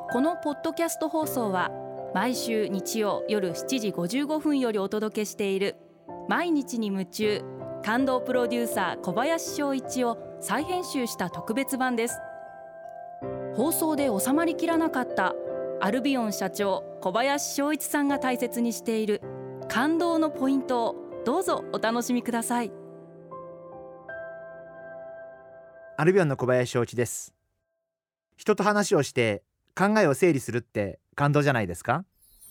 このポッドキャスト放送は毎週日曜夜7時55分よりお届けしている毎日に夢中感動プロデューサー小林翔一を再編集した特別版です。放送で収まりきらなかったアルビオン社長小林翔一さんが大切にしている感動のポイントをどうぞお楽しみください。 アルビオンの小林翔一です。人と話をして考えを整理するって感動じゃないですか？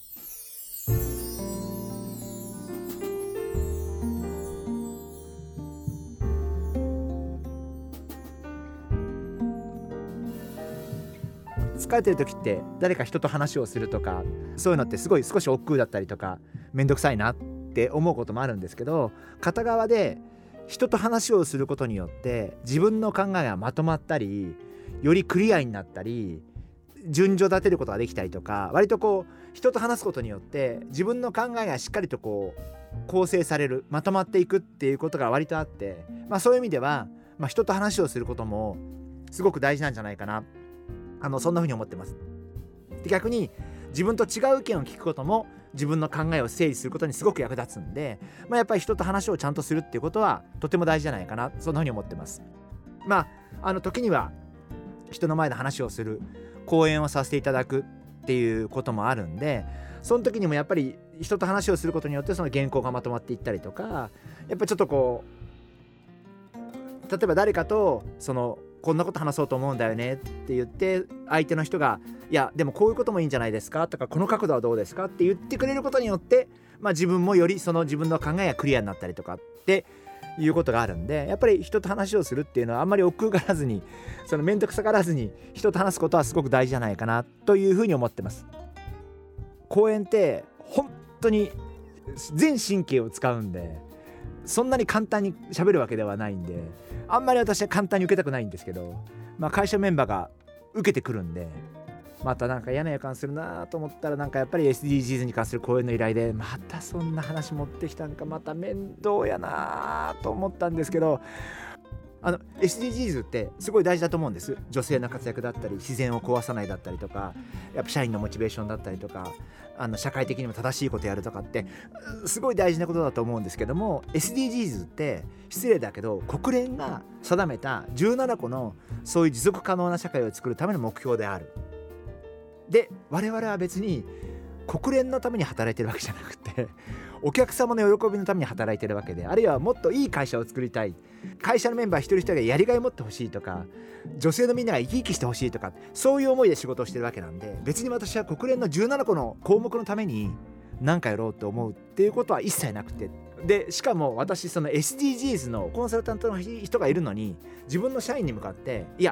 疲れてる時って誰か人と話をするとかそういうのって少し億劫だったりとかめんどくさいなって思うこともあるんですけど、片側で人と話をすることによって自分の考えがまとまったりよりクリアになったり順序立てることができたりとか、割と人と話すことによって自分の考えがしっかりと構成される、まとまっていくっていうことが割とあって、そういう意味では、人と話をすることもすごく大事なんじゃないかな、そんな風に思ってます。で、逆に自分と違う意見を聞くことも自分の考えを整理することにすごく役立つんで、やっぱり人と話をちゃんとするっていうことはとても大事じゃないかな、そんな風に思ってます。時には人の前で話をする講演をさせていただくっていうこともあるんで、その時にもやっぱり人と話をすることによってその原稿がまとまっていったりとか、やっぱりちょっと例えば誰かとこんなこと話そうと思うんだよねって言って相手の人がいやでもこういうこともいいんじゃないですかとかこの角度はどうですかって言ってくれることによって、自分もよりその自分の考えがクリアになったりとかっていうことがあるんで、やっぱり人と話をするっていうのはあんまり億劫がらずに面倒くさがらずに人と話すことはすごく大事じゃないかなというふうに思ってます。講演って本当に全神経を使うんでそんなに簡単に喋るわけではないんで、あんまり私は簡単に受けたくないんですけど、会社メンバーが受けてくるんで、また嫌な予感するなと思ったらやっぱり SDGs に関する講演の依頼でまたそんな話持ってきたんか、また面倒やなと思ったんですけど、SDGs ってすごい大事だと思うんです。女性の活躍だったり自然を壊さないだったりとか、やっぱ社員のモチベーションだったりとか社会的にも正しいことやるとかってすごい大事なことだと思うんですけども、 SDGs って失礼だけど国連が定めた17個のそういう持続可能な社会を作るための目標である。で我々は別に国連のために働いてるわけじゃなくてお客様の喜びのために働いてるわけで、あるいはもっといい会社を作りたい、会社のメンバー一人一人がやりがいを持ってほしいとか、女性のみんなが生き生きしてほしいとか、そういう思いで仕事をしてるわけなんで、別に私は国連の17個の項目のために何かやろうと思うっていうことは一切なくて、でしかも私SDGs のコンサルタントの人がいるのに自分の社員に向かっていや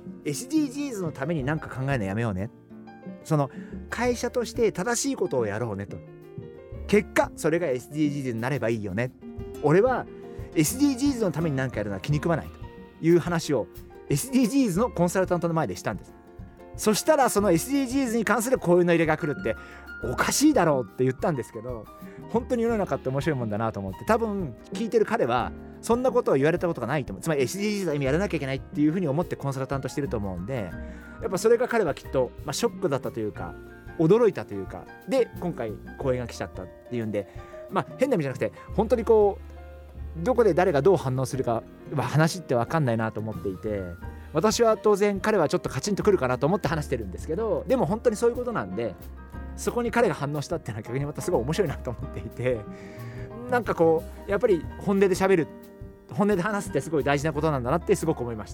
SDGs のために何か考えるのやめようね、会社として正しいことをやろうねと、結果それが SDGs になればいいよね、俺は SDGs のために何かやるのは気に食わないという話を SDGs のコンサルタントの前でしたんです。そしたらその SDGs に関するこういうの入れが来るっておかしいだろうって言ったんですけど、本当に世の中って面白いもんだなと思って、多分聞いてる彼はそんなことを言われたことがないと思う。つまり SDGs は今やらなきゃいけないっていうふうに思ってコンサルタントしてると思うんで、やっぱそれが彼はきっと、ショックだったというか驚いたというかで今回講演が来ちゃったっていうんで、変な意味じゃなくて本当にどこで誰がどう反応するか話って分かんないなと思っていて、私は当然彼はちょっとカチンとくるかなと思って話してるんですけど、でも本当にそういうことなんで、そこに彼が反応したっていうのは逆にまたすごい面白いなと思っていて、やっぱり本音で喋る、本音で話すってすごい大事なことなんだなってすごく思いました。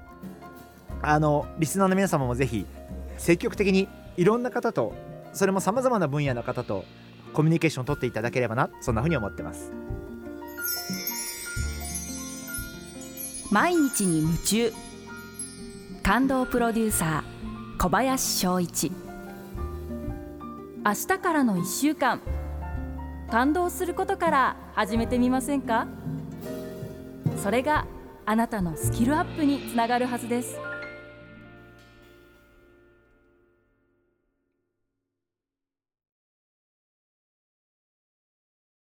リスナーの皆様もぜひ積極的にいろんな方と、それも様々な分野の方とコミュニケーションを取っていただければな、そんなふうに思ってます。 毎日に夢中感動プロデューサー小林翔一。明日からの1週間、感動することから始めてみませんか？それがあなたのスキルアップにつながるはずです。